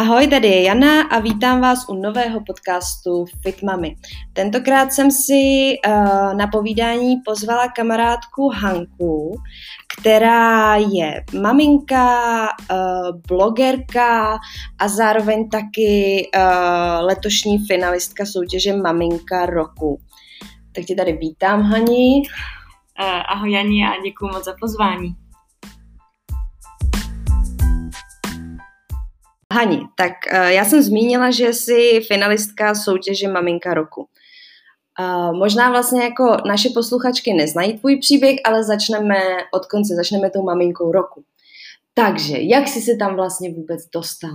Ahoj, tady je Jana a vítám vás u nového podcastu Fit Mami. Tentokrát jsem si na povídání pozvala kamarádku Hanku, která je maminka, blogerka a zároveň taky letošní finalistka soutěže Maminka roku. Tak tě tady vítám, Hani. Ahoj Jani a děkuji moc za pozvání. Hani, tak já jsem zmínila, že jsi finalistka soutěže Maminka roku. Možná vlastně jako naše posluchačky neznají tvůj příběh, ale začneme od konce, začneme tou Maminkou roku. Takže, jak jsi se tam vlastně vůbec dostala?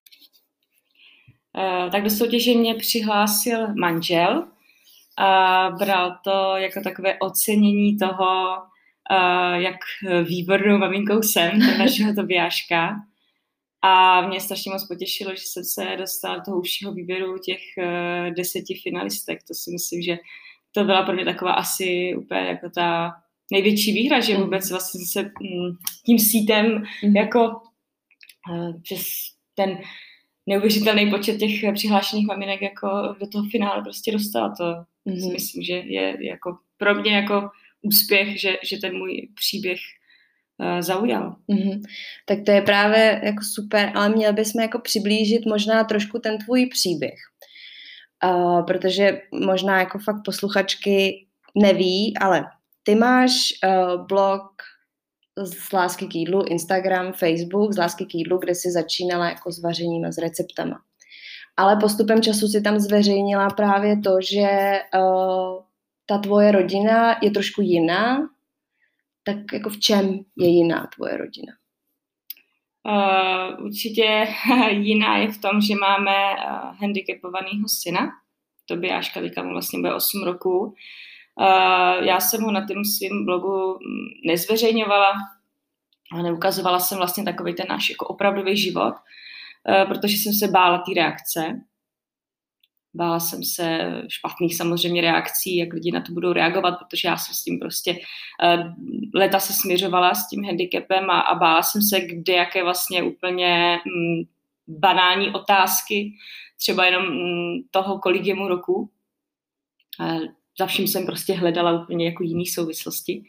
Tak do soutěže mě přihlásil manžel a bral to jako takové ocenění toho, jak výbornou maminkou jsem, pro našeho Tobiáška. A mě strašně moc potěšilo, že jsem se dostala do toho užšího výběru těch 10 finalistek. To si myslím, že to byla pro mě taková asi úplně jako ta největší výhra, že vůbec vlastně se tím sítem jako přes ten neuvěřitelný počet těch přihlášených maminek jako do toho finále prostě dostala. To si myslím, že je jako pro mě jako úspěch, že ten můj příběh zaujal. Tak to je právě jako super, ale měli bychom jako přiblížit možná trošku ten tvůj příběh. Protože možná jako fakt posluchačky neví, ale ty máš blog z lásky k jídlu, Instagram, Facebook z lásky k jídlu, kde jsi začínala jako s vařením a s receptama. Ale postupem času si tam zveřejnila právě to, že ta tvoje rodina je trošku jiná. Tak jako v čem je jiná tvoje rodina? Určitě jiná je v tom, že máme handicapovaného syna. Tobiáška, teďka mu vlastně bude 8 roků. Já jsem ho na tom svém blogu nezveřejňovala a neukazovala jsem vlastně takový ten náš jako opravdový život, protože jsem se bála té reakce. Bála jsem se špatných samozřejmě reakcí, jak lidi na to budou reagovat, protože já jsem s tím prostě leta se směřovala s tím handicapem a bála jsem se, kde jaké vlastně úplně banální otázky, třeba jenom toho, kolik je mu roku. Za vším jsem prostě hledala úplně jako jiný souvislosti.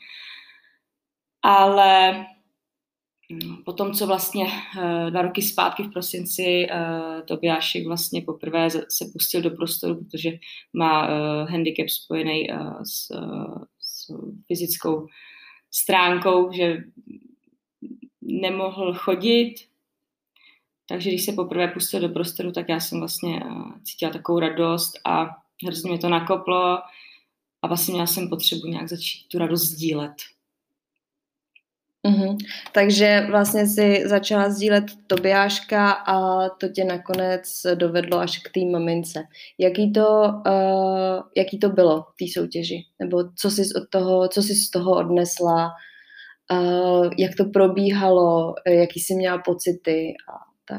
Ale potom, co vlastně 2 roky zpátky v prosinci Tobiášek vlastně poprvé se pustil do prostoru, protože má handicap spojený s fyzickou stránkou, že nemohl chodit. Takže když se poprvé pustil do prostoru, tak já jsem vlastně cítila takovou radost a hrozně mě to nakoplo a vlastně měla jsem potřebu nějak začít tu radost sdílet. Takže vlastně si začala sdílet Tobiáška a to tě nakonec dovedlo až k té mamince. Jaký to bylo v té soutěži? Nebo co jsi z toho odnesla? Jak to probíhalo? Jaký jsi měla pocity? A tak.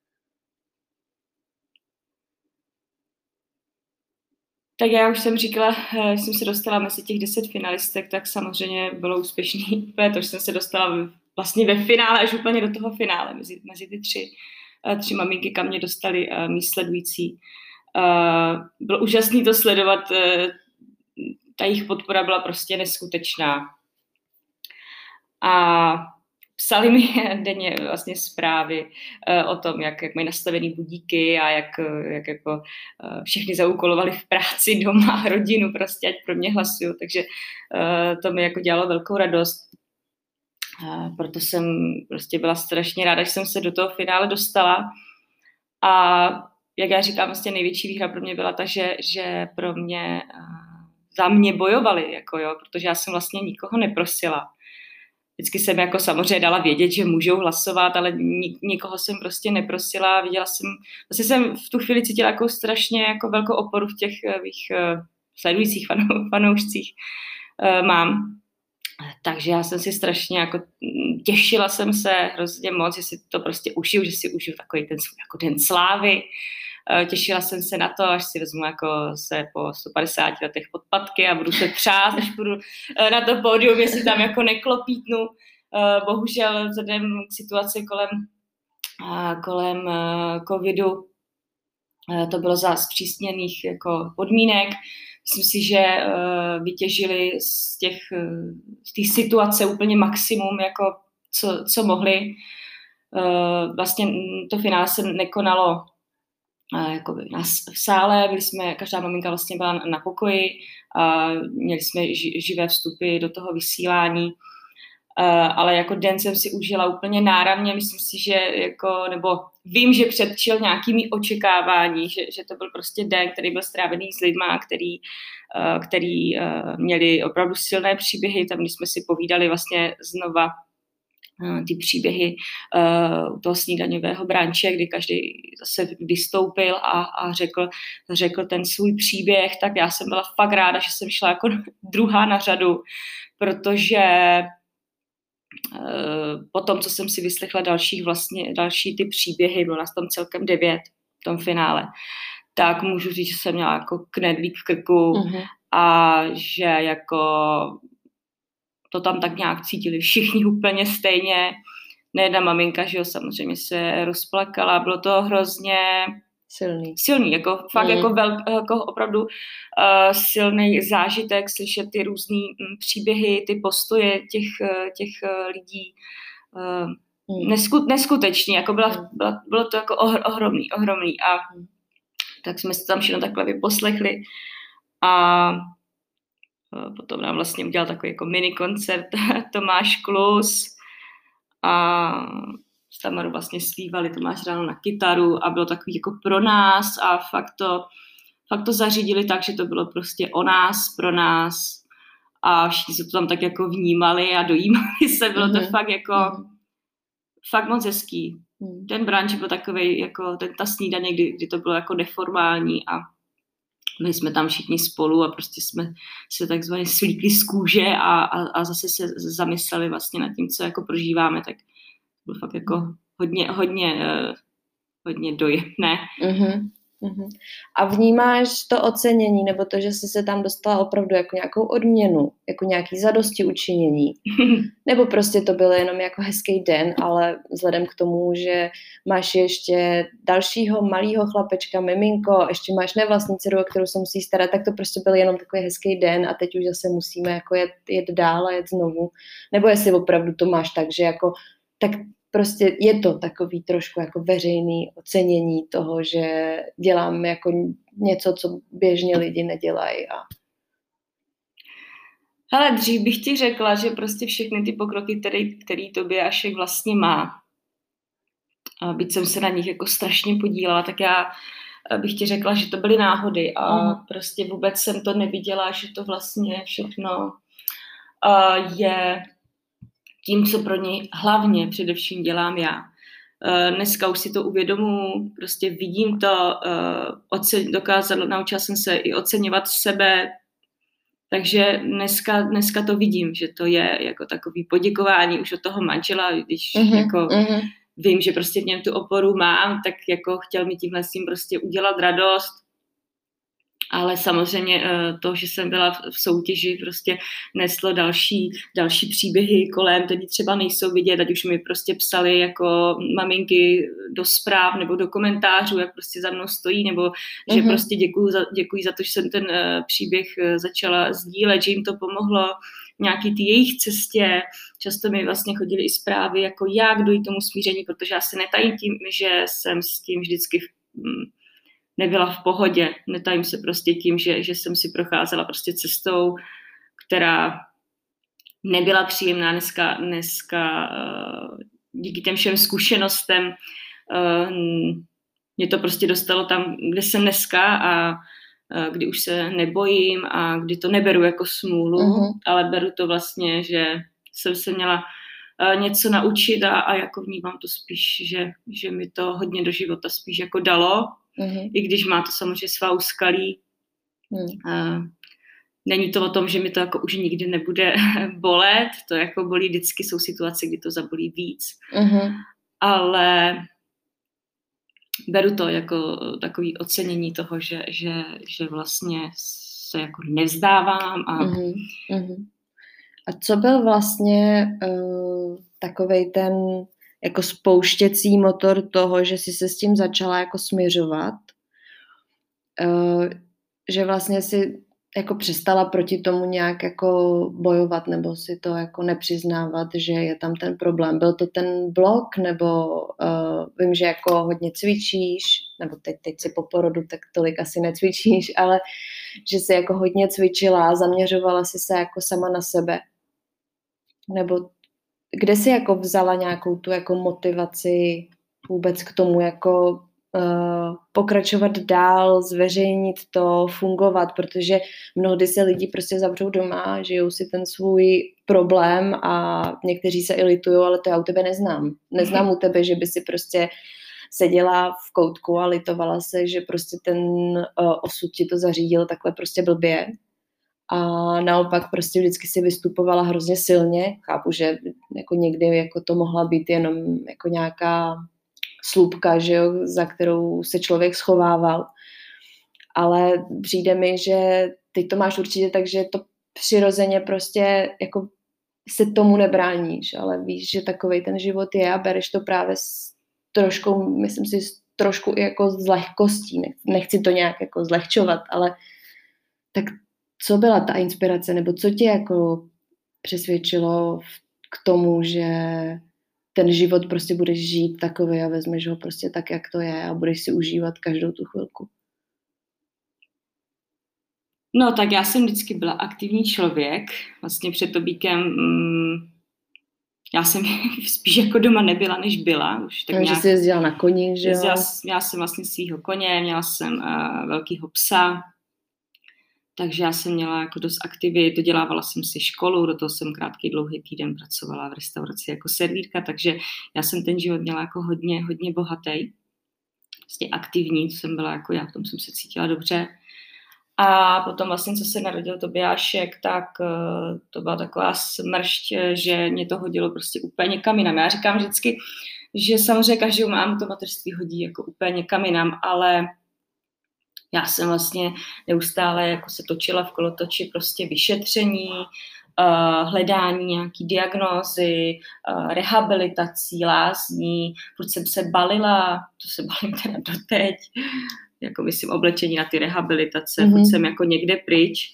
Tak já už jsem říkala, když jsem se dostala mezi těch 10 finalistek, tak samozřejmě bylo úspěšný, protože jsem se dostala vlastně ve finále, až úplně do toho finále, mezi ty tři maminky, kam mě dostali mý sledující. Bylo úžasný to sledovat, ta jejich podpora byla prostě neskutečná. A psali mi denně vlastně zprávy o tom, jak mají nastavený budíky a jak jako všechny zaúkolovali v práci, doma, rodinu, prostě ať pro mě hlasují. Takže to mi jako dělalo velkou radost. Proto jsem prostě byla strašně ráda, že jsem se do toho finále dostala. A jak já říkám, vlastně největší výhra pro mě byla ta, že pro mě za mě bojovali, jako jo, protože já jsem vlastně nikoho neprosila. Vždycky jsem jako samozřejmě dala vědět, že můžou hlasovat, ale nikoho jsem prostě neprosila. Vlastně jsem v tu chvíli cítila jako strašně jako velkou oporu v těch mých sledujících fanoušcích mám. Takže já jsem si strašně jako těšila jsem se hrozně moc, že si to prostě užiju, že si užiju takový ten jako den slávy. Těšila jsem se na to, až si vezmu jako se po 150 letech podpatky a budu se třást, až budu na to pódium, jestli tam jako neklopítnu. Bohužel vzhledem k situaci kolem kolem covidu. To bylo za zpřísněných jako podmínek. Myslím si, že vytěžili z té situace úplně maximum, jako co mohli. Vlastně to finále se nekonalo jakoby v sále, každá maminka vlastně byla na pokoji a měli jsme živé vstupy do toho vysílání, ale jako den jsem si užila úplně náramně, myslím si, že nebo vím, že předčil nějakými očekávání, že to byl prostě den, který byl strávený s lidma, který měli opravdu silné příběhy, tam když jsme si povídali vlastně znova ty příběhy u toho snídaňového branče, kdy každý zase vystoupil a řekl ten svůj příběh, tak já jsem byla fakt ráda, že jsem šla jako druhá na řadu, protože po tom, co jsem si vyslechla další ty příběhy, bylo nás tam celkem 9 v tom finále, tak můžu říct, že jsem měla jako knedlík v krku a že jako to tam tak nějak cítili všichni úplně stejně. Nejedna maminka, že jo, samozřejmě se rozplakala, bylo to hrozně silný, jako fakt jako opravdu silný zážitek, slyšet ty různý příběhy, ty postoje těch lidí. Neskutečný, jako bylo to jako ohromný a tak jsme se tam všechno takhle vyposlechli a potom nám vlastně udělal takový jako mini koncert Tomáš Klus a s Tamarou vlastně zpívali, Tomáš hrál na kytaru a bylo takový jako pro nás a fakt to zařídili tak, že to bylo prostě o nás, pro nás a všichni se to tam tak jako vnímali a dojímali se, bylo to fakt jako fakt moc hezký. Ten branč byl takovej jako ta snídaně, kdy to bylo jako neformální a my jsme tam všichni spolu a prostě jsme se takzvaně svlíkli z kůže a zase se zamysleli vlastně nad tím, co jako prožíváme, tak bylo fakt jako hodně dojemné. A vnímáš to ocenění, nebo to, že jsi se tam dostala opravdu jako nějakou odměnu, jako nějaký zadosti učinění? Nebo prostě to byl jenom jako hezký den, ale vzhledem k tomu, že máš ještě dalšího malého chlapečka, miminko, ještě máš nevlastní dceru, o kterou se musí starat, tak to prostě byl jenom takový hezký den a teď už zase musíme jako jet dál a jet znovu. Nebo jestli opravdu to máš tak, že jako tak prostě je to takový trošku jako veřejný ocenění toho, že dělám jako něco, co běžně lidi nedělají. Hele, dřív bych ti řekla, že prostě všechny ty pokroky, který tobě Ašek vlastně má, a byť jsem se na nich jako strašně podílela, tak já bych ti řekla, že to byly náhody a prostě vůbec jsem to neviděla, že to vlastně všechno je tím, co pro něj hlavně především dělám já. Dneska už si to uvědomuji, prostě vidím to, naučila jsem se i oceňovat sebe, takže dneska to vidím, že to je jako takový poděkování už od toho manžela, když vím, že prostě v něm tu oporu mám, tak jako chtěl mi tímhle s tím prostě udělat radost. Ale samozřejmě to, že jsem byla v soutěži, prostě neslo další příběhy kolem, který třeba nejsou vidět, ať už mi prostě psali jako maminky do zpráv nebo do komentářů, jak prostě za mnou stojí, nebo že prostě děkuji za to, že jsem ten příběh začala sdílet, že jim to pomohlo nějaký ty jejich cestě. Často mi vlastně chodily i zprávy, jako jak dojít tomu smíření, protože já se netajím tím, že jsem s tím vždycky nebyla v pohodě. Netajím se prostě tím, že jsem si procházela prostě cestou, která nebyla příjemná. Dneska díky těm všem zkušenostem mě to prostě dostalo tam, kde jsem dneska a kdy už se nebojím a kdy to neberu jako smůlu, ale beru to vlastně, že jsem se měla něco naučit a jako vnímám to spíš, že mi to hodně do života spíš jako dalo, i když má to samozřejmě svá úskalí. Není to o tom, že mi to jako už nikdy nebude bolet, to jako bolí vždycky, jsou situace, kdy to zabolí víc. Ale beru to jako takový ocenění toho, že vlastně se jako nevzdávám. A co byl vlastně takovej ten jako spouštěcí motor toho, že jsi se s tím začala jako směřovat, že vlastně si jako přestala proti tomu nějak jako bojovat nebo si to jako nepřiznávat, že je tam ten problém. Byl to ten blok nebo vím, že jako hodně cvičíš, nebo teď si po porodu tak tolik asi necvičíš, ale že jsi jako hodně cvičila a zaměřovala si se jako sama na sebe. Nebo kde jsi jako vzala nějakou tu jako motivaci vůbec k tomu jako pokračovat dál, zveřejnit to, fungovat, protože mnohdy se lidi prostě zavřou doma, žijou si ten svůj problém a někteří se i litujou, ale to já u tebe neznám. Neznám u tebe, že by si prostě seděla v koutku a litovala se, že prostě ten osud ti to zařídil takhle prostě blbě. A naopak prostě vždycky si vystupovala hrozně silně. Chápu, že jako někdy jako to mohla být jenom jako nějaká slupka, že jo, za kterou se člověk schovával. Ale přijde mi, že ty to máš určitě tak, že to přirozeně prostě jako se tomu nebráníš, ale víš, že takovej ten život je a bereš to právě s trošku, myslím si, trošku i jako z lehkostí. Nechci to nějak jako zlehčovat, ale tak co byla ta inspirace, nebo co tě jako přesvědčilo k tomu, že ten život prostě budeš žít takový a vezmeš ho prostě tak, jak to je a budeš si užívat každou tu chvilku? No, tak já jsem vždycky byla aktivní člověk. Vlastně před Tobíkem já jsem spíš jako doma nebyla, než byla. Už tak nějak, že jsi jezdila na koni, že jo? Měla jsem vlastně svýho koně, měla jsem velkýho psa, takže já jsem měla jako dost aktivit, dodělávala jsem si školu, do toho jsem krátký dlouhý týden pracovala v restauraci jako servírka, takže já jsem ten život měla jako hodně, hodně bohatý. Vlastně aktivní, to jsem byla jako já, v tom jsem se cítila dobře. A potom vlastně, co se narodil Tobiášek, tak to byla taková smršť, že mě to hodilo prostě úplně někam jinam. Já říkám vždycky, že samozřejmě každou mámu to mateřství hodí jako úplně někam jinam, ale já jsem vlastně neustále jako se točila v kolotoči prostě vyšetření, hledání nějaký diagnózy, rehabilitací, lázní, furt jsem se balila, to se balím teda doteď, jako myslím oblečení na ty rehabilitace, furt jsem jako někde pryč.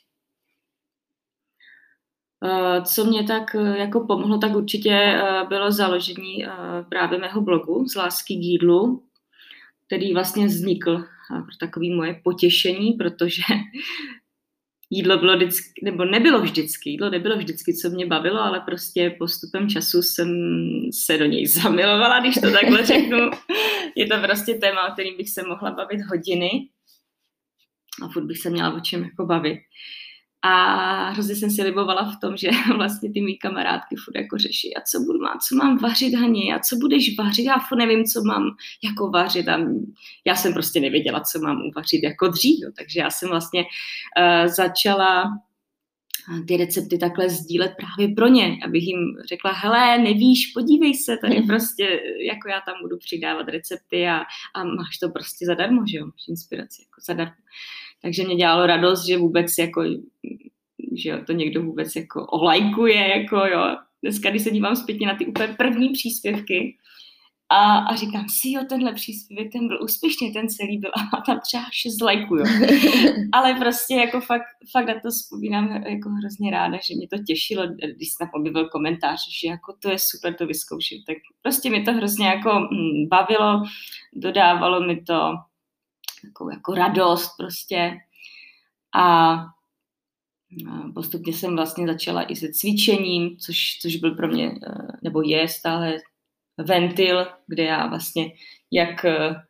Co mě tak jako pomohlo, tak určitě bylo založení právě mého blogu Z lásky k jídlu, který vlastně vznikl pro takové moje potěšení, protože jídlo bylo vždycky, nebo jídlo nebylo vždycky, co mě bavilo, ale prostě postupem času jsem se do něj zamilovala, když to takhle řeknu. Je to prostě téma, o kterým bych se mohla bavit hodiny a furt bych se měla o čem jako bavit. A hrozně jsem si libovala v tom, že vlastně ty mý kamarádky furt jako řeší, a co mám vařit, Hani, a co budeš vařit, já furt nevím, co mám jako vařit a já jsem prostě nevěděla, co mám uvařit jako dřív, no. Takže já jsem vlastně začala ty recepty takhle sdílet právě pro ně, abych jim řekla, hele, nevíš, podívej se, tady prostě, jako já tam budu přidávat recepty a máš to prostě zadarmo, že jo, máš inspiraci jako zadarmo. Takže mě dělalo radost, že vůbec jako, že to někdo vůbec jako olajkuje, jako jo. Dneska, když se dívám zpětně na ty úplně první příspěvky a říkám si, jo, tenhle příspěvek, ten byl úspěšný, ten celý byl a tam třeba 6 lajků, jo. Ale prostě jako fakt na to vzpomínám jako hrozně ráda, že mě to těšilo, když se tam objevil komentář, že jako to je super to vyzkoušet. Tak prostě mi to hrozně jako bavilo, dodávalo mi to jako radost prostě a postupně jsem vlastně začala i se cvičením, což byl pro mě, nebo je stále ventil, kde já vlastně jak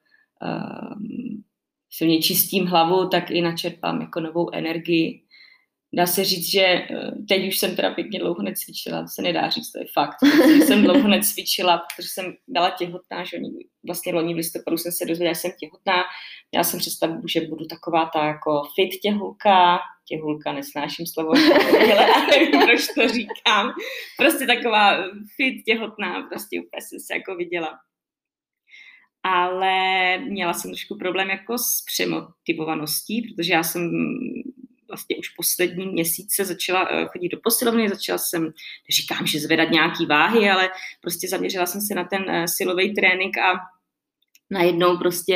si mě čistím hlavu, tak i načerpám jako novou energii. Dá se říct, že teď už jsem teda pěkně dlouho necvičila, to se nedá říct, to je fakt. Jsem dlouho necvičila, protože jsem byla těhotná, že vlastně loni v listopadu jsem se dozvěděla, že jsem těhotná. Já jsem představu, že budu taková ta jako fit těhulka, nesnáším slovo, ale nevím, proč to říkám. Prostě taková fit těhotná, prostě úplně jsem se jako viděla. Ale měla jsem trošku problém jako s přemotivovaností, protože já jsem vlastně už poslední měsíce začala chodit do posilovny, začala jsem, neříkám, že zvedat nějaký váhy, ale prostě zaměřila jsem se na ten silový trénink a najednou prostě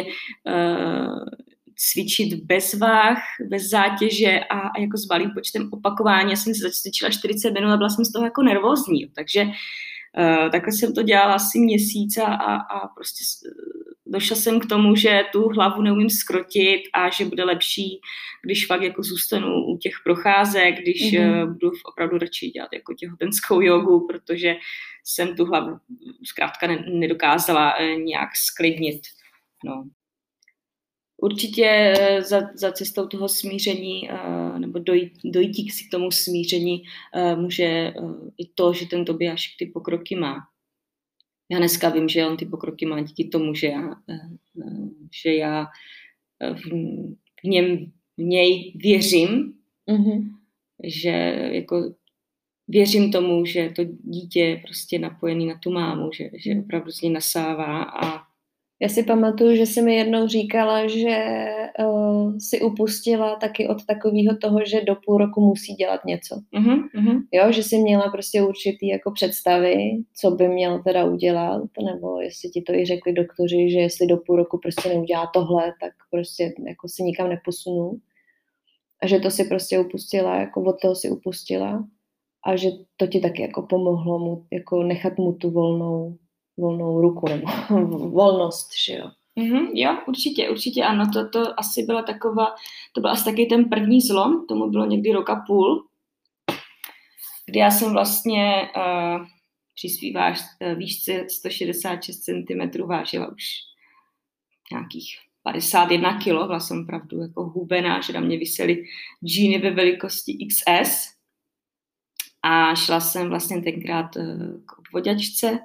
cvičit bez váh, bez zátěže a jako s malým počtem opakování. Já jsem si cvičila 40 minut a byla jsem z toho jako nervózní. Takže takhle jsem to dělala asi měsíc a prostě došla jsem k tomu, že tu hlavu neumím skrotit a že bude lepší, když fakt jako zůstanu u těch procházek, když budu opravdu radši dělat jako těhotenskou jogu, protože jsem tu hlavu zkrátka nedokázala nějak sklidnit. No. Určitě za cestou toho smíření nebo dojít si k tomu smíření může i to, že ten Tobiášek ty pokroky má. Já dneska vím, že on ty pokroky má díky tomu, že já v něj věřím, že jako věřím tomu, že to dítě je prostě napojený na tu mámu, že opravdu z něj nasává a já si pamatuju, že jsi mi jednou říkala, že si upustila taky od takového toho, že do půl roku musí dělat něco. Jo, že jsi měla prostě určitý jako představy, co by měl teda udělat, nebo jestli ti to i řekli doktoři, že jestli do půl roku prostě neudělá tohle, tak prostě jako si nikam neposunu. A že to si prostě upustila, jako od toho si upustila a že to ti taky jako pomohlo mu, jako nechat mu tu volnou ruku nebo volnost, že jo? Jo, určitě ano, to asi byla to byl asi taky ten první zlom, tomu bylo někdy rok a půl, kdy já jsem vlastně při svý výšce 166 cm vážila už nějakých 51 kg, byla jsem opravdu jako hubená, že na mě visely džíny ve velikosti XS a šla jsem vlastně tenkrát k obvoďačce,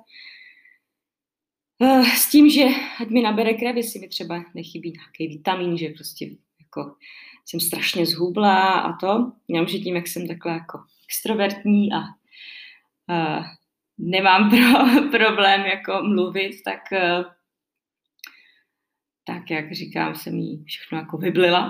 s tím, že ať mi nabere krev, jestli mi třeba nechybí nějaký vitamin, že prostě jako jsem strašně zhubla a to. Já že tím, jak jsem takhle jako extrovertní a nemám problém jako mluvit, tak jak říkám, jsem jí všechno jako vyblila.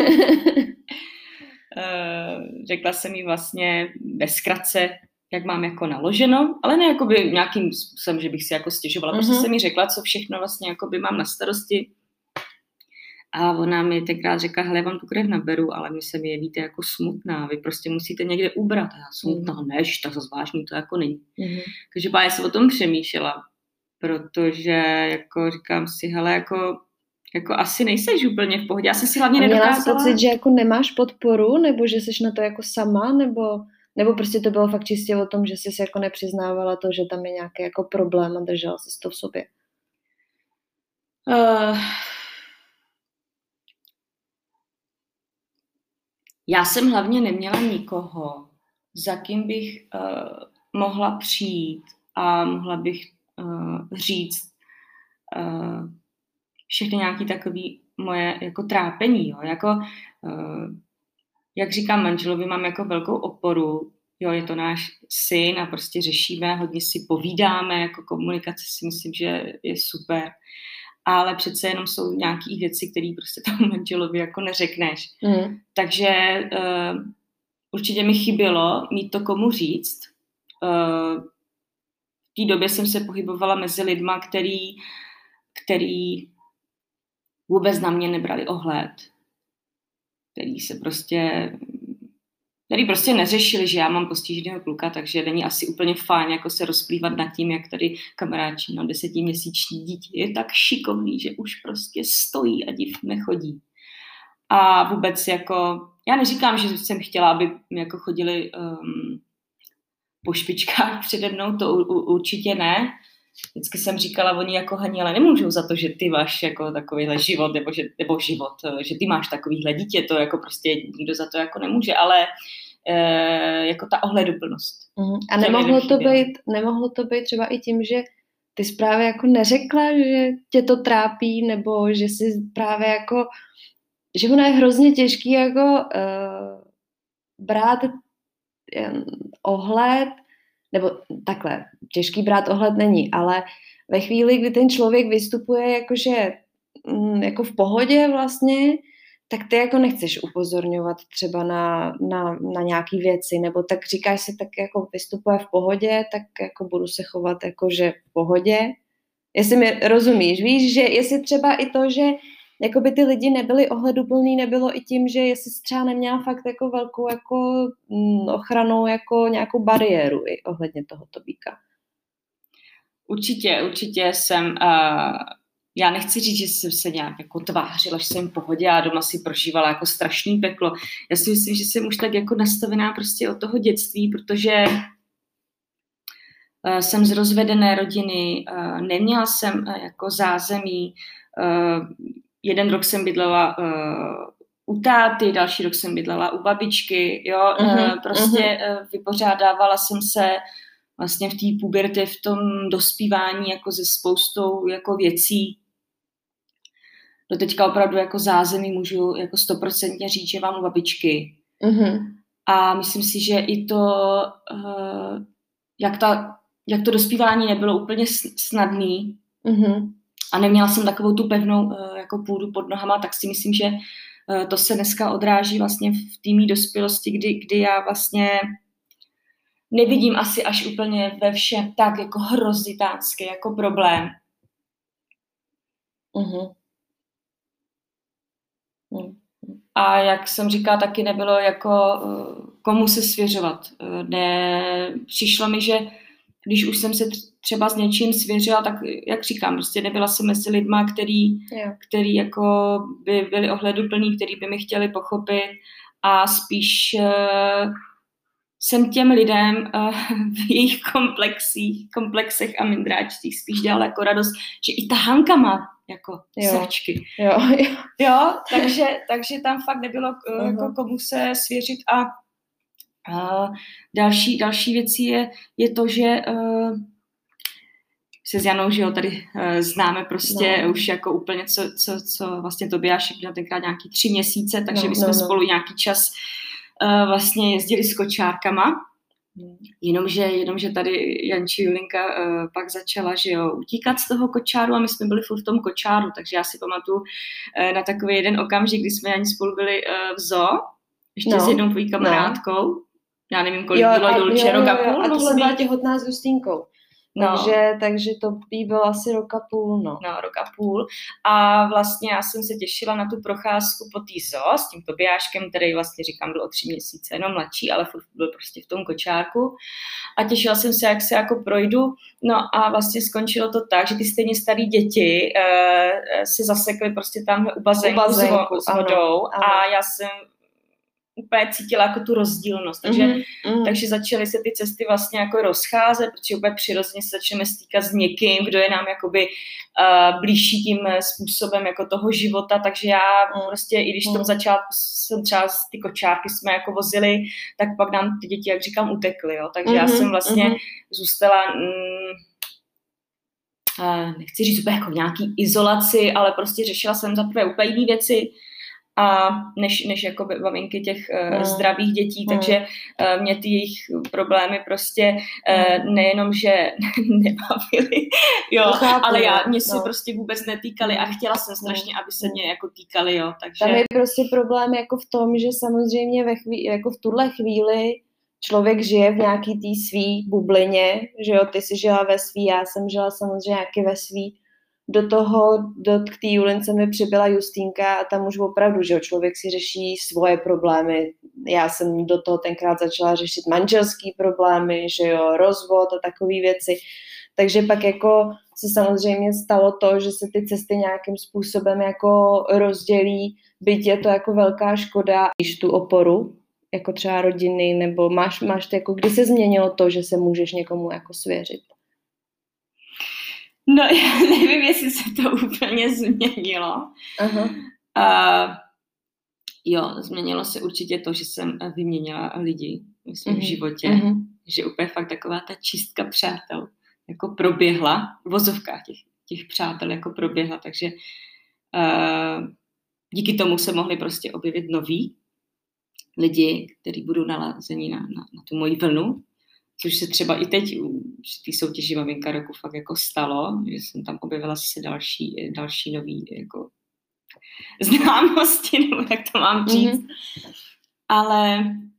Řekla jsem jí vlastně ve zkratce, jak mám jako naloženo, ale ne jakoby nějakým způsobem, že bych si jako stěžovala. Prostě jsem mi řekla, co všechno vlastně jakoby mám na starosti. A ona mi tenkrát řekla, hele, vám tu krev naberu, ale my se mi jevíte jako smutná, vy prostě musíte někde ubrat. A já smutná, než, tak zase vážný to jako není. Takže já jsem o tom přemýšlela, protože jako říkám si, hele, jako asi nejseš úplně v pohodě. Já jsem si hlavně nedokázala. Měla jsi pocit, že jako nemáš podporu, nebo že jsi na to jako sama, nebo prostě to bylo fakt čistě o tom, že jsi jako nepřiznávala to, že tam je nějaký jako problém a držela jsi to v sobě? Já jsem hlavně neměla nikoho, za kým bych mohla přijít a mohla bych říct všechny nějaké takové moje jako trápení. Jo? Jako, jak říkám manželovi, mám jako velkou oporu, jo, je to náš syn a prostě řešíme, hodně si povídáme, jako komunikace si myslím, že je super, ale přece jenom jsou nějaké věci, které prostě tomu manželovi jako neřekneš. Takže určitě mi chybělo mít to komu říct. V té době jsem se pohybovala mezi lidma, který vůbec na mě nebrali ohled, který prostě neřešili, že já mám postiženého kluka, takže není asi úplně fajn jako se rozplývat nad tím, jak tady kamaráčí na 10měsíční dítě je tak šikovný, že už prostě stojí a div nechodí. A vůbec jako, já neříkám, že jsem chtěla, aby mi jako chodili po špičkách přede mnou, to určitě ne. Vždycky jsem říkala, oni jako Hani, ale nemůžou za to, že ty máš jako takovýhle život, nebo život, že ty máš takovýhle dítě, to jako prostě nikdo za to jako nemůže, ale jako ta ohleduplnost. A nemohlo to být třeba i tím, že ty jsi právě jako neřekla, že tě to trápí, nebo že jsi právě jako, že ono je hrozně těžký jako brát ohled, nebo takhle, těžký brát ohled není, ale ve chvíli, kdy ten člověk vystupuje jakože jako v pohodě vlastně, tak ty jako nechceš upozorňovat třeba na nějaký věci, nebo tak říkáš si, tak jako vystupuje v pohodě, tak jako budu se chovat jako, že v pohodě. Jestli mi rozumíš, víš, že jestli třeba i to, že jakoby ty lidi nebyli ohleduplný, nebylo i tím, že jestli jsi třeba neměla fakt jako velkou jako ochranou jako nějakou bariéru i ohledně tohoto býka. Určitě jsem, já nechci říct, že jsem se nějak jako tvářila, že jsem v pohodě a doma si prožívala jako strašný peklo. Já si myslím, že jsem už tak jako nastavená prostě od toho dětství, protože jsem z rozvedené rodiny, neměla jsem jako zázemí. Jeden rok jsem bydlela u táty, další rok jsem bydlela u babičky, jo, prostě vypořádávala jsem se vlastně v té pubertě, v tom dospívání jako se spoustou jako věcí. Do teďka opravdu jako zázemí můžu jako 100% říct, že mám u babičky. A myslím si, že i to, jak to dospívání nebylo úplně snadný a neměla jsem takovou tu pevnou jako půdu pod nohama, tak si myslím, že to se dneska odráží vlastně v té mý dospělosti, kdy já vlastně nevidím asi až úplně ve všem tak jako hrozitánský jako problém. A jak jsem říkala, taky nebylo jako komu se svěřovat. Přišlo mi, že když už jsem se třeba s něčím svěřila, tak jak říkám, prostě nebyla jsem mezi lidma, který jako by byli ohleduplní, který by mi chtěli pochopit a spíš jsem těm lidem v jejich komplexech a mindráčcích spíš dělala jako radost, že i ta Hanka má jako sračky. Jo, takže tam fakt nebylo jako komu se svěřit a další věcí je to, že se s Janou, že jo, tady známe prostě už jako úplně, co vlastně Tobiášek měl tenkrát nějaký 3 měsíce, takže my jsme spolu nějaký čas vlastně jezdili s kočárkama, jenomže tady Janči Julinka pak začala, že jo, utíkat z toho kočáru a my jsme byli furt v tom kočáru, takže já si pamatuju na takový jeden okamžik, kdy jsme ani spolu byli v zoo, ještě s jednou tvojí kamarádkou, já nevím, kolik bylo Julče, rok a půl. A tohle byla těhotná s Justínkou. Takže to bylo asi rok a půl, rok a půl. A vlastně já jsem se těšila na tu procházku po té zoo s tím Tobiáškem, který vlastně říkám byl o 3 měsíce jenom mladší, ale byl prostě v tom kočárku. A těšila jsem se, jak se jako projdu. No a vlastně skončilo to tak, že ty stejně starý děti se zasekly prostě tamhle u bazénku s vodou. Ano. A já jsem úplně cítila jako tu rozdílnost, takže začaly se ty cesty vlastně jako rozcházet, protože úplně přirozeně se začneme stýkat s někým, kdo je nám jakoby blížší tím způsobem jako toho života, takže já prostě, i když v tom začátku jsem třeba ty kočárky jsme jako vozili, tak pak nám ty děti, jak říkám, utekly, jo, takže já jsem vlastně zůstala nechci říct úplně jako v nějaký izolaci, ale prostě řešila jsem za prvé úplně jiné věci, a než jako maminky těch zdravých dětí, takže mě ty jejich problémy prostě nejenom, že nebavily, mě se prostě vůbec netýkaly a chtěla jsem strašně, aby se mě jako týkaly, jo, takže... Tam je prostě problém jako v tom, že samozřejmě jako v tuhle chvíli člověk žije v nějaký té svý bublině, že jo, ty jsi žila ve svý, já jsem žila samozřejmě nějaký ve svý. K té Julince mi přibyla Justínka a tam už opravdu, že jo, člověk si řeší svoje problémy. Já jsem do toho tenkrát začala řešit manželský problémy, že jo, rozvod a takové věci. Takže pak jako se samozřejmě stalo to, že se ty cesty nějakým způsobem jako rozdělí, byť je to jako velká škoda, když tu oporu, jako třeba rodiny, nebo máš to jako, kdy se změnilo to, že se můžeš někomu jako svěřit? No, já nevím, jestli se to úplně změnilo. Jo, změnilo se určitě to, že jsem vyměnila lidi v svém životě, že úplně fakt taková ta čistka přátel jako proběhla, v vozovkách těch přátel jako proběhla, takže díky tomu se mohli prostě objevit noví lidi, kteří budou nalazení na tu moji vlnu, což se třeba i teď v té soutěži Maminka roku fakt jako stalo, že jsem tam objevila se další nový jako známosti, nebo jak to mám říct. Ale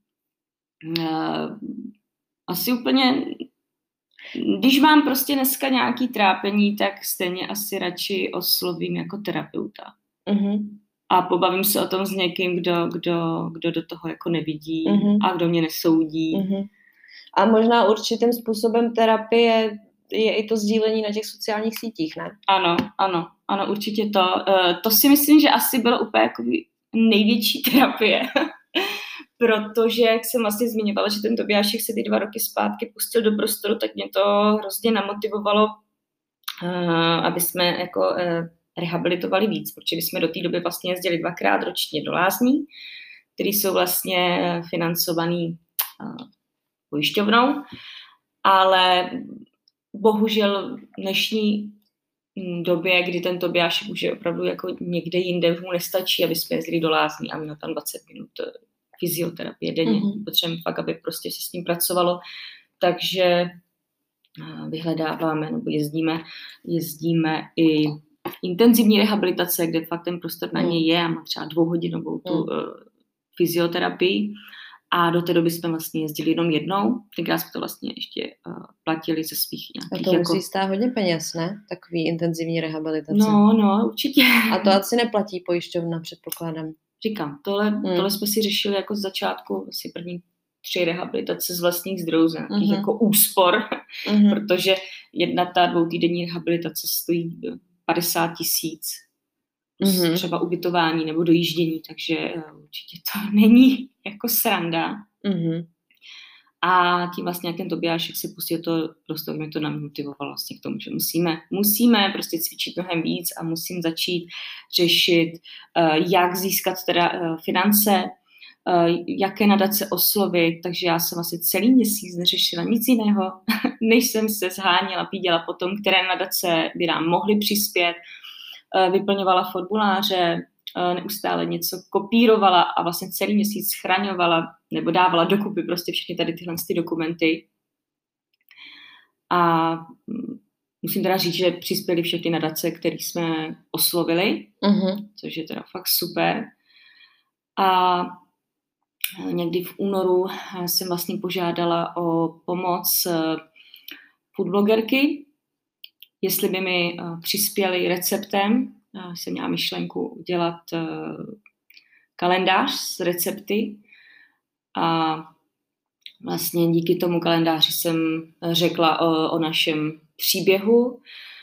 asi úplně, když mám prostě dneska nějaký trápení, tak stejně asi radši oslovím jako terapeuta. A pobavím se o tom s někým, kdo do toho jako nevidí a kdo mě nesoudí. A možná určitým způsobem terapie je i to sdílení na těch sociálních sítích, ne? Ano, určitě to. To si myslím, že asi bylo úplně jako největší terapie. Protože, jak jsem vlastně zmiňovala, že ten Tobiášek se ty 2 roky zpátky pustil do prostoru, tak mě to hrozně namotivovalo, aby jsme jako rehabilitovali víc, protože jsme do té doby vlastně jezdili 2krát ročně do lázní, které jsou vlastně financovaný pojišťovnou, ale bohužel v dnešní době, kdy ten Tobiášek už je opravdu jako někde jinde, už mu nestačí, aby jsme jezdili do lázní a měl tam 20 minut fyzioterapie denně. Potřebujeme fakt, aby prostě se s tím pracovalo. Takže vyhledáváme nebo jezdíme i intenzivní rehabilitace, kde fakt ten prostor na něj je a má třeba 2hodinovou tu fyzioterapii. A do té doby jsme vlastně jezdili jenom jednou. Tenkrát jsme to vlastně ještě platili ze svých nějakých... A to musí stát hodně peněz, ne? Takový intenzivní rehabilitace. No, určitě. A to asi neplatí pojišťovna, předpokládám. Říkám, tohle jsme si řešili jako z začátku, asi první 3 rehabilitace z vlastních zdrojů, z nějakých jako úspor, protože jedna ta 2týdenní rehabilitace stojí 50 000 třeba ubytování nebo dojíždění, takže určitě to není jako sranda. A tím vlastně, jak ten Tobiášek si pustil to, prostě mě to namotivovalo vlastně k tomu, že musíme prostě cvičit mnohem víc a musím začít řešit, jak získat teda finance, jaké nadace oslovit, takže já jsem asi celý měsíc neřešila nic jiného, než jsem se zháněla, píděla po tom, které nadace by nám mohly přispět, vyplňovala formuláře, neustále něco kopírovala a vlastně celý měsíc schraňovala nebo dávala dokupy prostě všechny tady tyhle dokumenty. A musím teda říct, že přispěly všechny nadace, které jsme oslovili, což je teda fakt super. A někdy v únoru jsem vlastně požádala o pomoc foodblogerky, jestli by mi přispěli receptem. Jsem měla myšlenku udělat kalendář s recepty a vlastně díky tomu kalendáři jsem řekla o našem příběhu.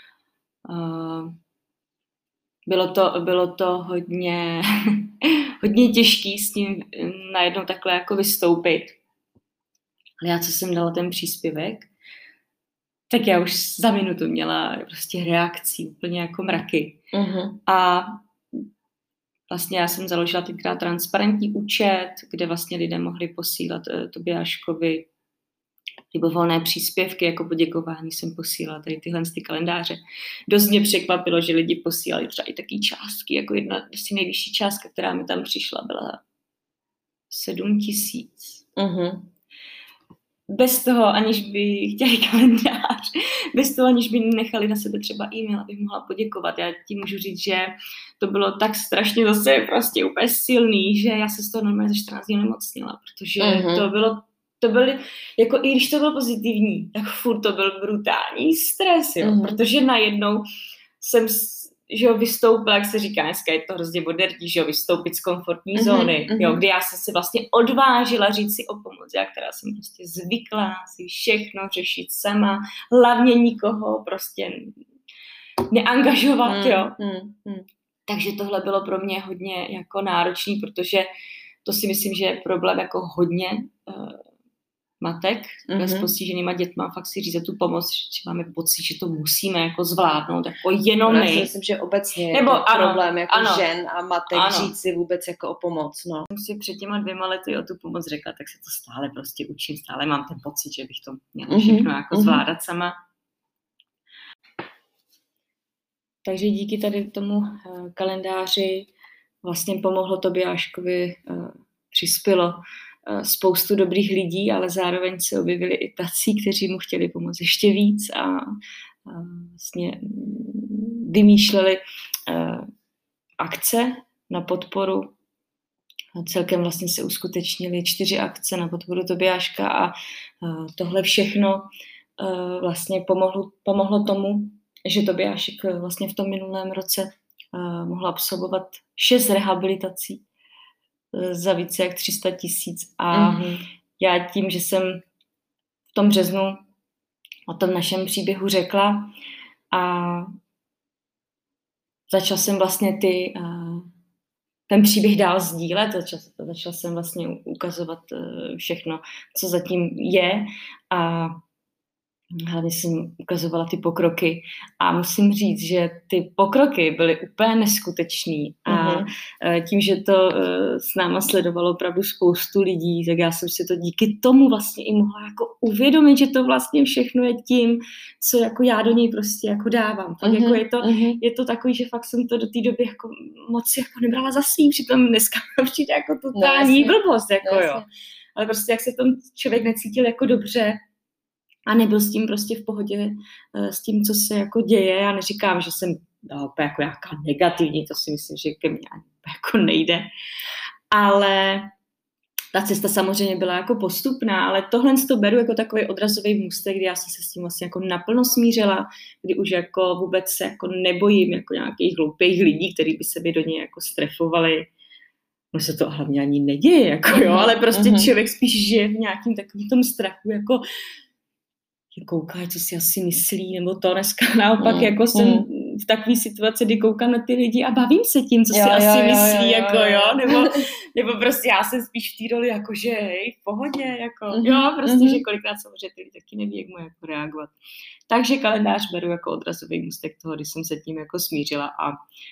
Bylo to hodně, hodně těžký s tím najednou takhle jako vystoupit. Ale já, co jsem dala ten příspěvek, tak já už za minutu měla prostě reakcí úplně jako mraky. A vlastně já jsem založila tenkrát transparentní účet, kde vlastně lidé mohli posílat Tobiáškovi libovolné příspěvky, jako poděkování jsem posílala tady tyhle kalendáře. Dost mě překvapilo, že lidi posílali třeba i taky částky, jako jedna asi nejvyšší částka, která mi tam přišla, byla 7 000. Bez toho, aniž by chtěli kalendář, bez toho, aniž by nechali na sebe třeba e-mail, abych mohla poděkovat. Já ti můžu říct, že to bylo tak strašně zase prostě úplně silný, že já se z toho normálně za 14 dní nemocnila, protože to bylo, jako i když to bylo pozitivní, tak furt to byl brutální stres, jo, protože najednou jsem vystoupila, jak se říká, dneska je to hrozně moderní, že vystoupit z komfortní zóny, jo, kdy já jsem se vlastně odvážila říct si o pomoc, já, která jsem prostě zvykla si všechno řešit sama, hlavně nikoho prostě neangažovat, jo. Takže tohle bylo pro mě hodně jako náročný, protože to si myslím, že je problém jako hodně matek s postiženýma dětma, fakt si říct za tu pomoc, že máme pocit, že to musíme jako zvládnout, jako jenom my. Já si myslím, že obecně je to problém jako žen a matek říct si vůbec jako o pomoc. No. Jsem si před těma 2 lety o tu pomoc řekla, tak se to stále prostě učím, stále mám ten pocit, že bych to měla všechno jako zvládat sama. Takže díky tady tomu kalendáři vlastně pomohlo Tobiáškovi, přispělo spoustu dobrých lidí, ale zároveň se objevili i tací, kteří mu chtěli pomoct ještě víc a vlastně vymýšleli akce na podporu. Celkem vlastně se uskutečnily 4 akce na podporu Tobiáška a tohle všechno vlastně pomohlo tomu, že Tobiášek vlastně v tom minulém roce mohl absolvovat 6 rehabilitací za více jak 300 000 a já tím, že jsem v tom březnu o tom našem příběhu řekla a začala jsem vlastně ten příběh dál sdílet, začala jsem vlastně ukazovat všechno, co zatím je a hlavně jsem ukazovala ty pokroky a musím říct, že ty pokroky byly úplně neskutečný a tím, že to s náma sledovalo opravdu spoustu lidí, tak já jsem si to díky tomu vlastně i mohla jako uvědomit, že to vlastně všechno je tím, co jako já do něj prostě jako dávám. Tak jako je to takový, že fakt jsem to do té doby jako moc jako nebrala za svým, přitom dneska přijde jako totální blbost, jako jo. Ale prostě jak se v tom člověk necítil jako dobře, a nebyl s tím prostě v pohodě s tím, co se jako děje. Já neříkám, že jsem byla jako nějaká negativní, to si myslím, že ke mně jako nejde. Ale ta cesta samozřejmě byla jako postupná, ale tohle to beru jako takový odrazový můstek, kdy já jsem se s tím vlastně jako naplno smířila, kdy už jako vůbec se jako nebojím jako nějakých hloupých lidí, kteří by se by do něj jako strefovali. No se to hlavně ani neděje, jako jo, ale prostě člověk spíš žije v nějakým takovým tom strachu, jako koukají, co si asi myslí, nebo to dneska naopak, jako jsem v takové situaci, kdy koukám na ty lidi a bavím se tím, co si asi myslí, jako jo, nebo prostě já jsem spíš v té roli, jako že hej, v pohodě, jako jo, prostě, že kolikrát samozřejmě ty lidi taky neví, jak mu jako reagovat. Takže kalendář beru jako odrazový můstek toho, když jsem se tím jako smířila a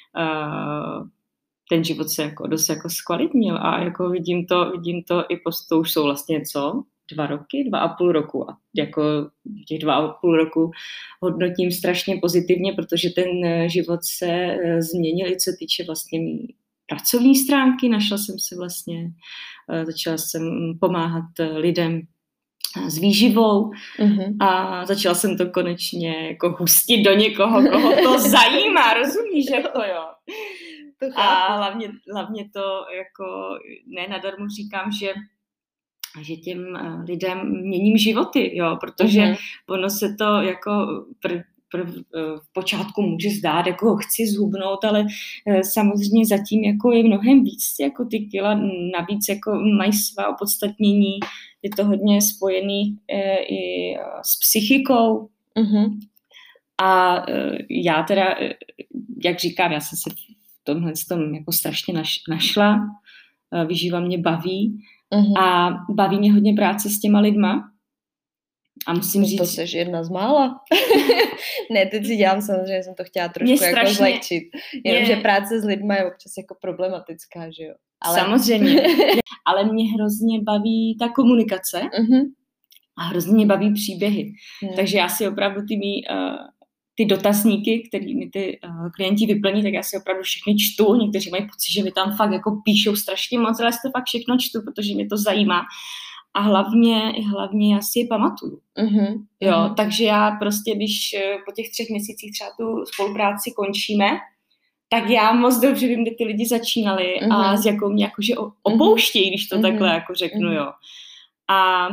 ten život se jako dost jako zkvalitnil a jako vidím to i to už jsou vlastně 2,5 roku a jako těch 2,5 roku hodnotím strašně pozitivně, protože ten život se změnil i co týče vlastně mý pracovní stránky, našla jsem se vlastně, začala jsem pomáhat lidem s výživou a začala jsem to konečně jako hustit do někoho, koho to zajímá, rozumíš, jako jo. A hlavně to jako ne nadarmo říkám, že těm lidem měním životy, jo, protože ono se to jako v počátku může zdát, jako ho chci zhubnout, ale samozřejmě zatím jako je mnohem víc, jako ty kila navíc jako mají svá opodstatnění, je to hodně spojený i s psychikou. A já teda, jak říkám, já jsem se v tomhle tom jako strašně našla, výživa mě baví, a baví mě hodně práce s těma lidma. A musím říct... To jsi jedna z mála. Ne, teď si dělám, samozřejmě jsem to chtěla trošku jako zlehčit. Jenomže práce s lidma je občas jako problematická, že jo? Ale... Samozřejmě. Ale mě hrozně baví ta komunikace a hrozně mě baví příběhy. Takže já si opravdu ty dotazníky, který mi ty klienti vyplní, tak já si opravdu všechny čtu. Někteří mají pocit, že mi tam fakt jako píšou strašně moc, ale já si to fakt všechno čtu, protože mě to zajímá. A hlavně já si je pamatuju. Jo, takže já prostě, když po těch 3 měsících třeba tu spolupráci končíme, tak já moc dobře vím, kde ty lidi začínali a s jakou mě jakože opouštějí, když to takhle jako řeknu, jo. A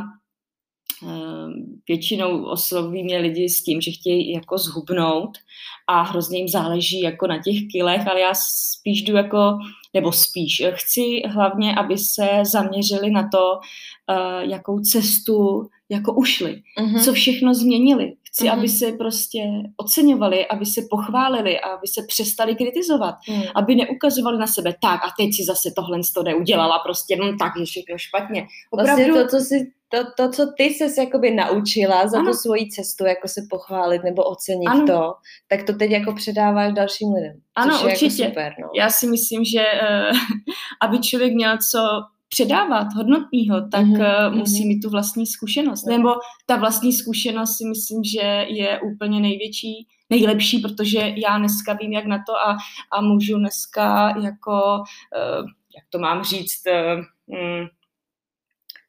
většinou osloví mě lidi s tím, že chtějí jako zhubnout a hrozně jim záleží jako na těch kilech, ale já spíš jdu jako, nebo spíš chci hlavně, aby se zaměřili na to, jakou cestu jako ušli, co všechno změnili. Chci, aby se prostě oceňovali, aby se pochválili, aby se přestali kritizovat, aby neukazovali na sebe, tak a teď si zase tohle neudělala, prostě tak je všechno špatně. Opravdu... Vlastně to, co ty ses jakoby naučila za tu svoji cestu, jako se pochválit nebo ocenit to, tak to teď jako předáváš dalším lidem. Ano, což je určitě. Jako super, no. Já si myslím, že aby člověk měl co předávat hodnotného, tak musí mít tu vlastní zkušenost. Nebo ta vlastní zkušenost si myslím, že je úplně nejlepší, protože já dneska vím, jak na to a můžu dneska jako, jak to mám říct,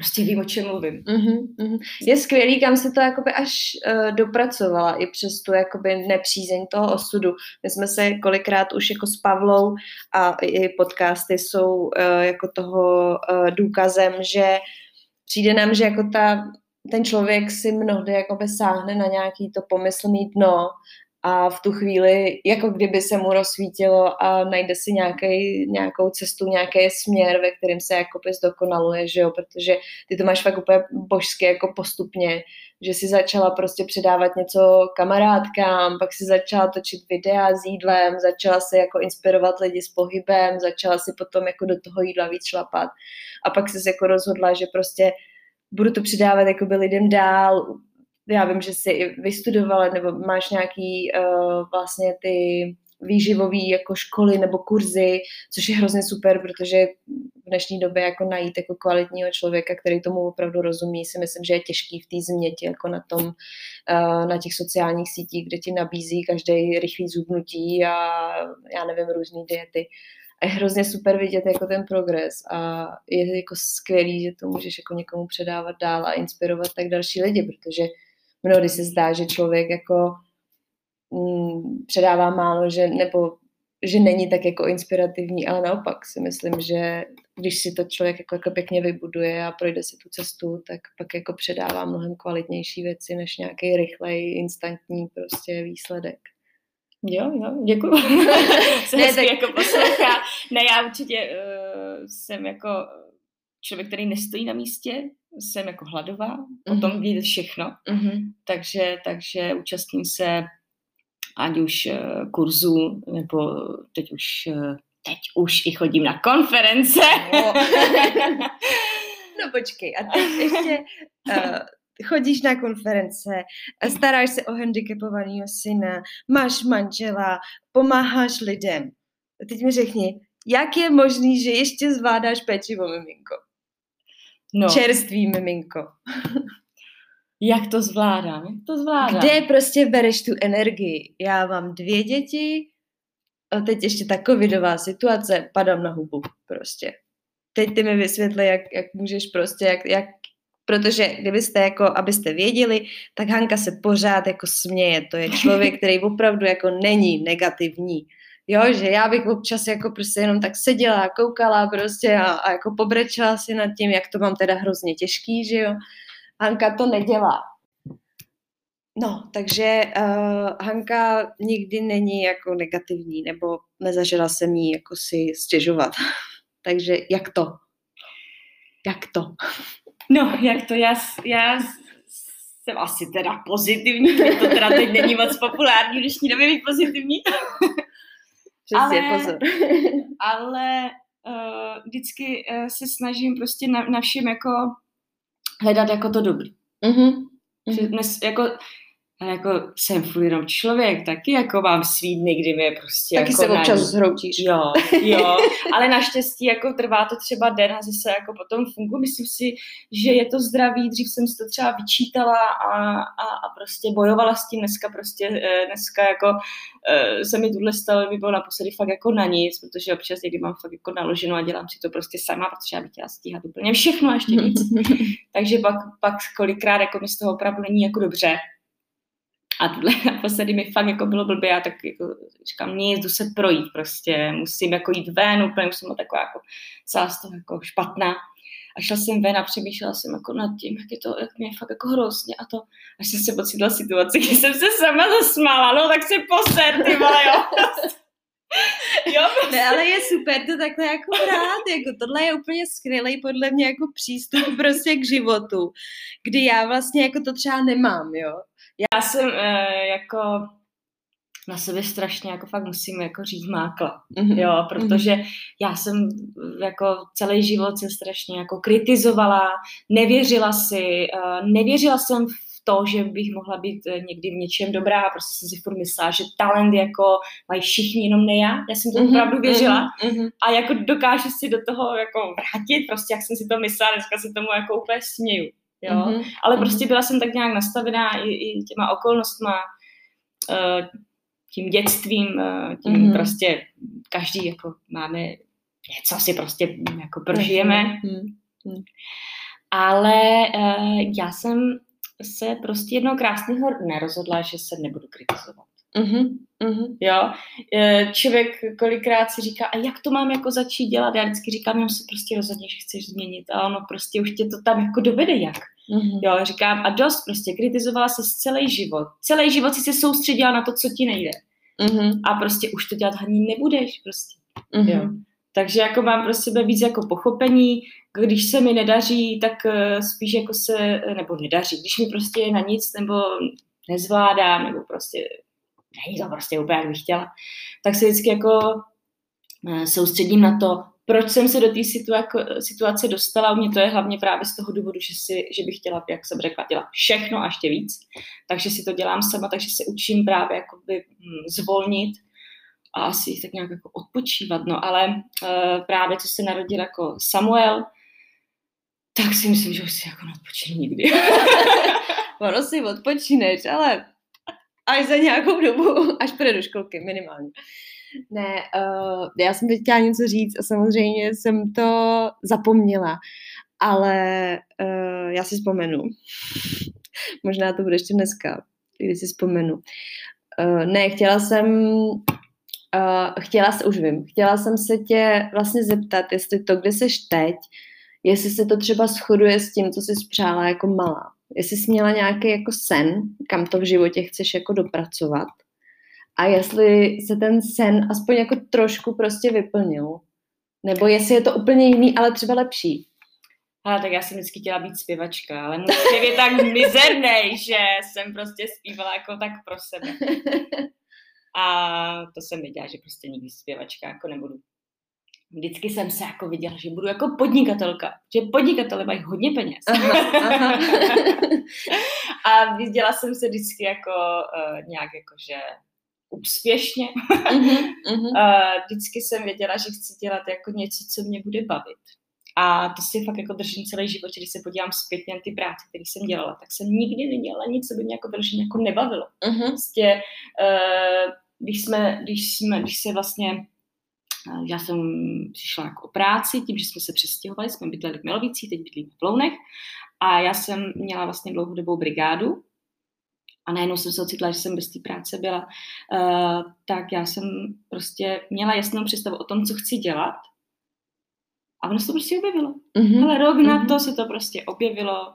prostě vím, o čem mluvím. Je skvělý, kam se to jakoby až dopracovala i přes tu jakoby nepřízeň toho osudu. My jsme se kolikrát už jako s Pavlou a i podcasty jsou jako toho důkazem, že přijde nám, že jako ten člověk si mnohdy jakoby sáhne na nějaký to pomyslný dno a v tu chvíli, jako kdyby se mu rozsvítilo a najde si nějakou cestu, nějaký směr, ve kterém se jakoby zdokonaluje, že jo, protože ty to máš fakt úplně božsky jako postupně, že si začala prostě předávat něco kamarádkám, pak si začala točit videa s jídlem, začala se jako inspirovat lidi s pohybem, začala si potom jako do toho jídla víc šlapat a pak jsi jako rozhodla, že prostě budu to předávat jakoby lidem dál. Já vím, že jsi i vystudovala, nebo máš nějaký vlastně ty výživový jako školy nebo kurzy, což je hrozně super, protože v dnešní době jako najít jako kvalitního člověka, který tomu opravdu rozumí, si myslím, že je těžký v té změti, jako na těch sociálních sítích, kde ti nabízí každý rychlý zhubnutí a já nevím, různý diety. A je hrozně super vidět jako ten progres a je jako skvělý, že to můžeš jako někomu předávat dál a inspirovat tak další lidi, protože mnohdy se zdá, že člověk jako předává málo, nebo že není tak jako inspirativní, ale naopak si myslím, že když si to člověk jako pěkně vybuduje a projde si tu cestu, tak pak jako předává mnohem kvalitnější věci než nějaký rychlej, instantní prostě výsledek. Jo, děkuju. Se ne, tak jako poslouchá. Ne, já určitě jsem jako člověk, který nestojí na místě, jsem jako hladová, potom vědět všechno, takže účastním se ať už kurzu, nebo teď už i chodím na konference. No počkej, a teď ještě chodíš na konference, staráš se o handicapovaného syna, máš manžela, pomáháš lidem. A teď mi řekni, jak je možný, že ještě zvládáš péči o miminko? No. Čerstvý miminko. Jak to zvládám? Kde prostě bereš tu energii? Já mám 2 děti a teď ještě ta covidová situace, padám na hubu prostě. Teď ty mi vysvětli, jak můžeš prostě, protože kdybyste jako, abyste věděli, tak Hanka se pořád jako směje. To je člověk, který opravdu jako není negativní. Jo, že já bych občas jako prostě jenom tak seděla a koukala prostě a jako pobrečela si nad tím, jak to mám teda hrozně těžký, že jo. Hanka to nedělá. No, takže Hanka nikdy není jako negativní, nebo nezažila jsem jí jako si stěžovat. Takže jak to? No, jak to? Já jsem asi teda pozitivní, to teda teď není moc populární, když ní době být pozitivní. Přesně, pozor. Ale vždycky se snažím prostě na všem jako hledat jako to dobrý. Dnes jako jsem furt jenom člověk, taky jako mám svý dny, kdy mi prostě taky jako se občas zhroutíš. Jo, ale naštěstí jako trvá to třeba den a zase jako potom funguje. Myslím si, že je to zdravý, dřív jsem si to třeba vyčítala a prostě bojovala s tím, dneska jako se mi tuhle stalo, by bylo naposledy fakt jako na nic, protože občas někdy mám fakt jako naloženo a dělám si to prostě sama, protože já bych chtěla stíhat úplně všechno a ještě víc. Takže pak kolikrát jako mi z toho opravdu není jako dobře. A tohle naposledy mi fakt jako bylo blbě, já tak jako říkám, jdu se projít prostě, musím jako jít ven, úplně už jsem byla taková jako celá z toho jako špatná. A šla jsem ven a přemýšlela jsem jako nad tím, jak mě je fakt jako hrozně a to, až jsem se pocítila situaci, kdy jsem se sama zasmála, no tak se poser, ty vole, jo. Jo, prostě. Ne, ale je super to takhle jako brát, jako tohle je úplně skvělý podle mě jako přístup prostě k životu, kdy já vlastně jako to třeba nemám, jo. Já jsem jako na sebe strašně jako fakt musím jako říct mákla, jo, protože já jsem jako celý život se strašně jako kritizovala, nevěřila jsem v to, že bych mohla být někdy v něčem dobrá, prostě jsem si furt myslela, že talent jako mají všichni, jenom ne já jsem to opravdu věřila a jako dokážu si do toho jako vrátit, prostě jak jsem si to myslela, dneska se tomu jako úplně směju. Jo? Ale prostě byla jsem tak nějak nastavená i těma okolnostma, tím dětstvím, tím prostě každý jako máme něco si prostě jako prožijeme. Ale já jsem se prostě jednoho krásného dne rozhodla, že se nebudu kritizovat. Jo, člověk kolikrát si říká, a jak to mám jako začít dělat? Já vždycky říkám, jenom se prostě rozhodně, že chceš změnit a ono prostě už tě to tam jako dovede jak. Jo, říkám a dost prostě, kritizovala se celý život. Celý život si se soustředila na to, co ti nejde. A prostě už to dělat ani nebudeš prostě. Jo. Takže jako mám pro sebe víc jako pochopení, když se mi nedaří, tak spíš jako nebo nedaří, když mi prostě je na nic, nebo nezvládám, nebo prostě není to prostě úplně, jak bych chtěla, tak se vždycky jako soustředím na to, proč jsem se do té situace dostala. U mě to je hlavně právě z toho důvodu, že bych chtěla, jak jsem řekla, dělat všechno a ještě víc. Takže si to dělám sama, takže se učím právě jakoby zvolnit a asi tak nějak jako odpočívat. No ale právě co se narodil jako Samuel, tak si myslím, že už si jako neodpočinu nikdy. Ono si odpočíneš, ale až za nějakou dobu, až půjde do školky, minimálně. Ne, já jsem teď chtěla něco říct a samozřejmě jsem to zapomněla, ale já si vzpomenu. Možná to bude ještě dneska, když si vzpomenu. Ne, chtěla jsem se tě vlastně zeptat, jestli to, kde seš teď, jestli se to třeba shoduje s tím, co jsi přála jako malá. Jestli jsi měla nějaký jako sen, kam to v životě chceš jako dopracovat. A jestli se ten sen aspoň jako trošku prostě vyplnil. Nebo jestli je to úplně jiný, ale třeba lepší. Ale tak já jsem vždycky chtěla být zpěvačka, ale můj zpěv je tak mizernej, že jsem prostě zpívala jako tak pro sebe. A to jsem věděla, že prostě nikdy zpěvačka jako nebudu. Vždycky jsem se jako viděla, že budu jako podnikatelka, že podnikatelé mají hodně peněz. Aha. A viděla jsem se vždycky jako nějak jakože úspěšně. Vždycky jsem věděla, že chci dělat jako něco, co mě bude bavit. A to si fakt jako držím celý život, když se podívám zpětně na ty práce, které jsem dělala, tak jsem nikdy nedělala nic, co by mě jako vyloženě jako nebavilo. Prostě, když se vlastně, já jsem přišla jako o práci, tím, že jsme se přestěhovali, jsme bydleli v Milovicích, teď bydlíme v Lounech a já jsem měla vlastně dlouhodobou brigádu a najednou jsem se ocitla, že jsem bez té práce byla, tak já jsem prostě měla jasnou představu o tom, co chci dělat. A ono se to prostě objevilo. Ale rok na to se to prostě objevilo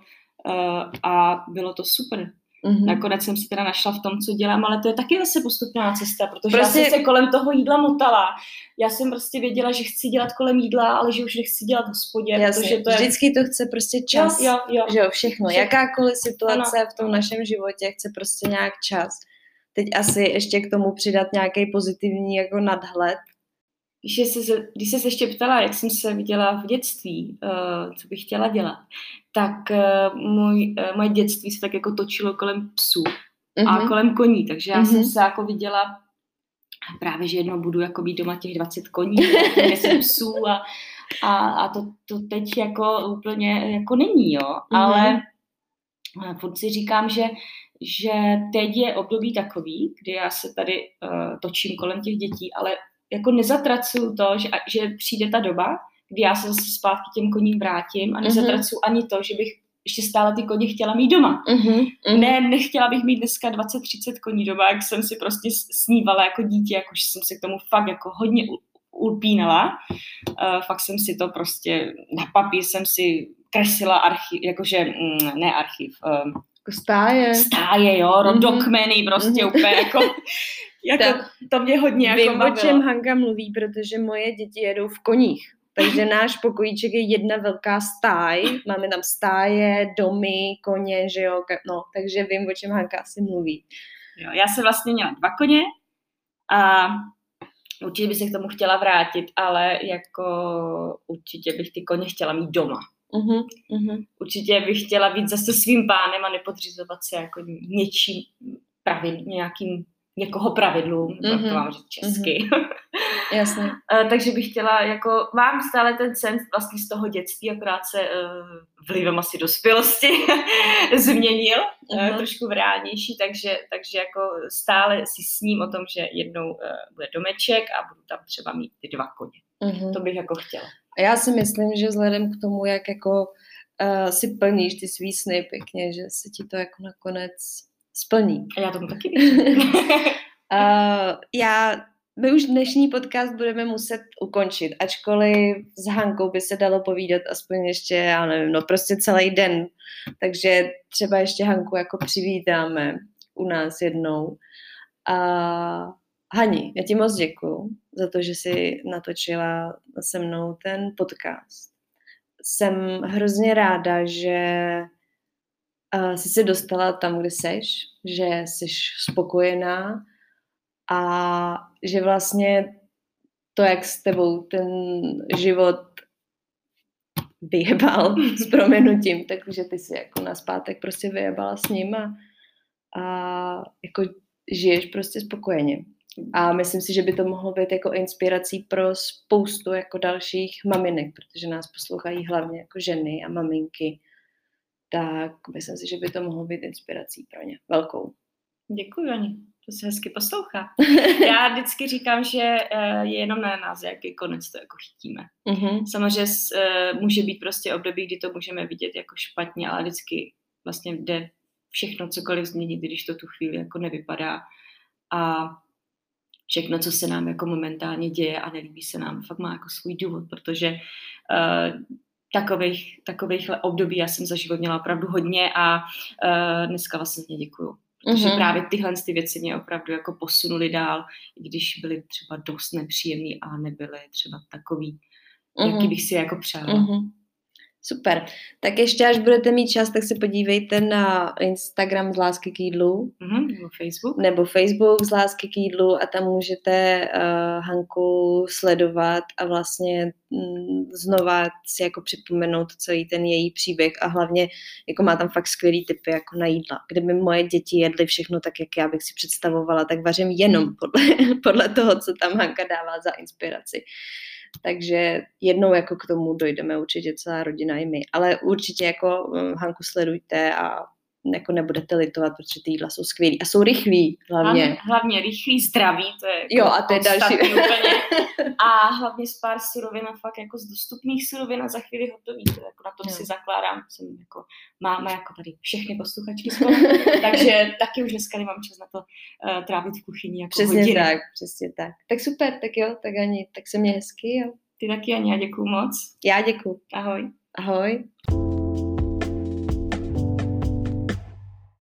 a bylo to super. Nakonec jsem si teda našla v tom, co dělám, ale to je taky zase postupná cesta, protože prostě... já jsem se kolem toho jídla motala. Já jsem prostě věděla, že chci dělat kolem jídla, ale že už nechci dělat v hospodě. Jasně, protože to je... vždycky to chce prostě čas. Jo. Že jo, všechno. Jakákoliv situace v tom našem životě chce prostě nějak čas. Teď asi ještě k tomu přidat nějaký pozitivní jako nadhled. Když se ještě ptala, jak jsem se viděla v dětství, co bych chtěla dělat, tak moje dětství se tak jako točilo kolem psů a kolem koní, takže já jsem se jako viděla právě, že jednou budu jako být doma těch 20 koní, 10 psů a to teď jako úplně jako není, jo, ale furt si říkám, že teď je období takový, kdy já se tady točím kolem těch dětí, ale jako nezatracuju to, že přijde ta doba, kdy já se zase zpátky těm koním vrátím a nezatracuju ani to, že bych ještě stále ty koně chtěla mít doma. Nechtěla bych mít dneska 20-30 koní doma, jak jsem si prostě snívala jako dítě, jakože jsem se k tomu fakt jako hodně ulpínala. Fakt jsem si to prostě, na papír jsem si kreslila archiv, jakože, ne archiv, Stáje, jo, rodokmeny, prostě úplně jako to mě hodně jako bavilo. Vím, o čem Hanka mluví, protože moje děti jedou v koních. Takže náš pokojíček je jedna velká stáj. Máme tam stáje, domy, koně, že jo. No, takže vím, o čem Hanka asi mluví. Jo, já jsem vlastně měla 2 koně a určitě bych se k tomu chtěla vrátit, ale jako určitě bych ty koně chtěla mít doma. Určitě bych chtěla být zase svým pánem a nepodřizovat se jako něčím někoho pravidlům, to mám říct česky. Jasně. Takže bych chtěla, jako mám stále ten sen vlastně z toho dětství, akorát se vlivem asi dospělosti změnil, trošku v reálnější, takže jako stále si sním o tom, že jednou bude domeček a budu tam třeba mít ty 2 koně. To bych jako chtěla. A já si myslím, že vzhledem k tomu, jak jako si plníš ty svý sny pěkně, že se ti to jako nakonec splní. A já tomu taky věřím. My už dnešní podcast budeme muset ukončit, ačkoliv s Hankou by se dalo povídat aspoň ještě, já nevím, no prostě celý den. Takže třeba ještě Hanku jako přivítáme u nás jednou. Hani, já ti moc děkuju za to, že jsi natočila se mnou ten podcast. Jsem hrozně ráda, že jsi se dostala tam, kde seš, že jsi spokojená a že vlastně to, jak s tebou ten život vyjebal s prominutím, takže ty si jako nazpátek prostě vyjebala s ním a jako žiješ prostě spokojeně. A myslím si, že by to mohlo být jako inspirací pro spoustu jako dalších maminek, protože nás poslouchají hlavně jako ženy a maminky. Tak myslím si, že by to mohlo být inspirací pro ně. Velkou. Děkuji, Ani. To se hezky poslouchá. Já vždycky říkám, že je jenom na nás, jaký konec to jako chytíme. Mm-hmm. Samozřejmě může být prostě období, kdy to můžeme vidět jako špatně, ale vždycky vlastně jde všechno, cokoliv změnit, když to tu chvíli jako nevypadá. A všechno, co se nám jako momentálně děje a nelíbí se nám, fakt má jako svůj důvod, protože takových období já jsem za život měla opravdu hodně a dneska vlastně mě děkuju. Protože právě tyhle ty věci mě opravdu jako posunuly dál, i když byly třeba dost nepříjemný a nebyly třeba takový, jaký bych si jako přála. Super. Tak ještě, až budete mít čas, tak se podívejte na Instagram z Lásky k jídlu. Nebo Facebook z Lásky k jídlu a tam můžete Hanku sledovat a vlastně znova si jako připomenout celý ten její příběh a hlavně jako má tam fakt skvělý tipy jako na jídla. Kdyby moje děti jedly všechno tak, jak já bych si představovala, tak vařím jenom podle toho, co tam Hanka dává za inspiraci. Takže jednou jako k tomu dojdeme určitě celá rodina i my. Ale určitě jako Hanku sledujte a jako nebudete litovat, protože ty jídla jsou skvělý. A jsou rychlý hlavně. Hlavně rychlý, zdravý, to je jo, a to je další. Úplně. A hlavně z pár surovin a fakt jako z dostupných surovin a za chvíli hotový. To jako na tom si zakládám. Jsem jako máma jako tady všechny posluchačky skoro. Takže taky už dneska nemám čas na to trávit v kuchyni jako přesně hodiny. Tak, přesně tak. Tak super, tak jo, tak Ani, tak se mě hezky. Jo. Ty taky, Ani, a děkuju moc. Já děkuju. Ahoj. Ahoj.